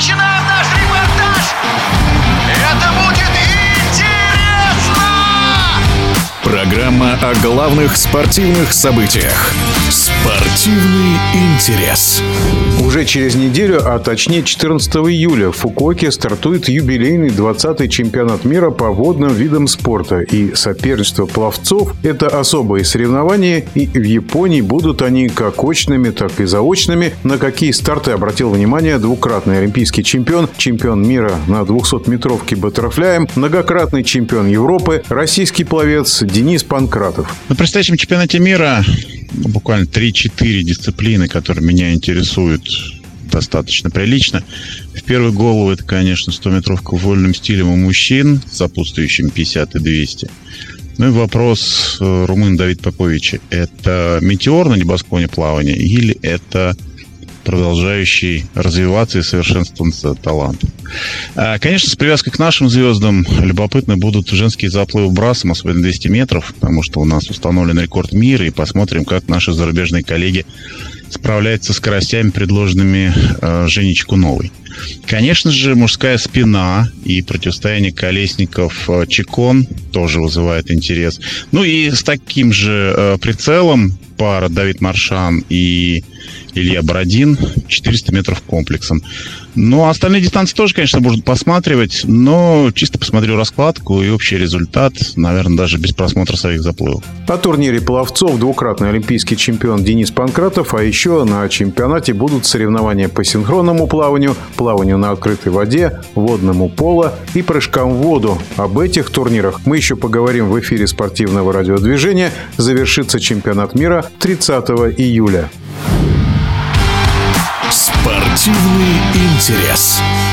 начинаем наш репортаж. Это будет интересно! Программа о главных спортивных событиях. Спортивный интерес. Уже через неделю, а точнее 14 июля в Фукуоке стартует юбилейный 20-й чемпионат мира по водным видам спорта. И соперничество пловцов – это особые соревнования, и в Японии будут они как очными, так и заочными. На какие старты обратил внимание двукратный олимпийский чемпион, чемпион мира на 200-метровке баттерфляем, многократный чемпион Европы, российский пловец Денис Панкратов. На предстоящем чемпионате мира буквально 3-4 дисциплины, которые меня интересуют достаточно прилично. В первую голову это, конечно, 100-метровка вольным стилем у мужчин, сопутствующим 50 и 200. Ну и вопрос румын Давид Поповича. Это метеор на небосклоне плавания или это продолжающий развиваться и совершенствоваться талант? Конечно, с привязкой к нашим звездам любопытны будут женские заплывы брасом, особенно 200 метров, потому что у нас установлен рекорд мира, и посмотрим, как наши зарубежные коллеги справляются с скоростями, предложенными Женей Чекуновой. Конечно же, мужская спина и противостояние Колесников-Чекон тоже вызывает интерес. Ну и с таким же прицелом пара Давид Маршан и Илья Бородин 400 метров комплексом. Ну, а остальные дистанции тоже, конечно, можно посматривать, но чисто посмотрю раскладку и общий результат, наверное, даже без просмотра своих заплывов. На турнире пловцов двукратный олимпийский чемпион Денис Панкратов, а еще на чемпионате будут соревнования по синхронному плаванию, плаванию на открытой воде, водному поло и прыжкам в воду. Об этих турнирах мы еще поговорим в эфире спортивного радиодвижения. Завершится чемпионат мира 30 июля. Спортивный интерес.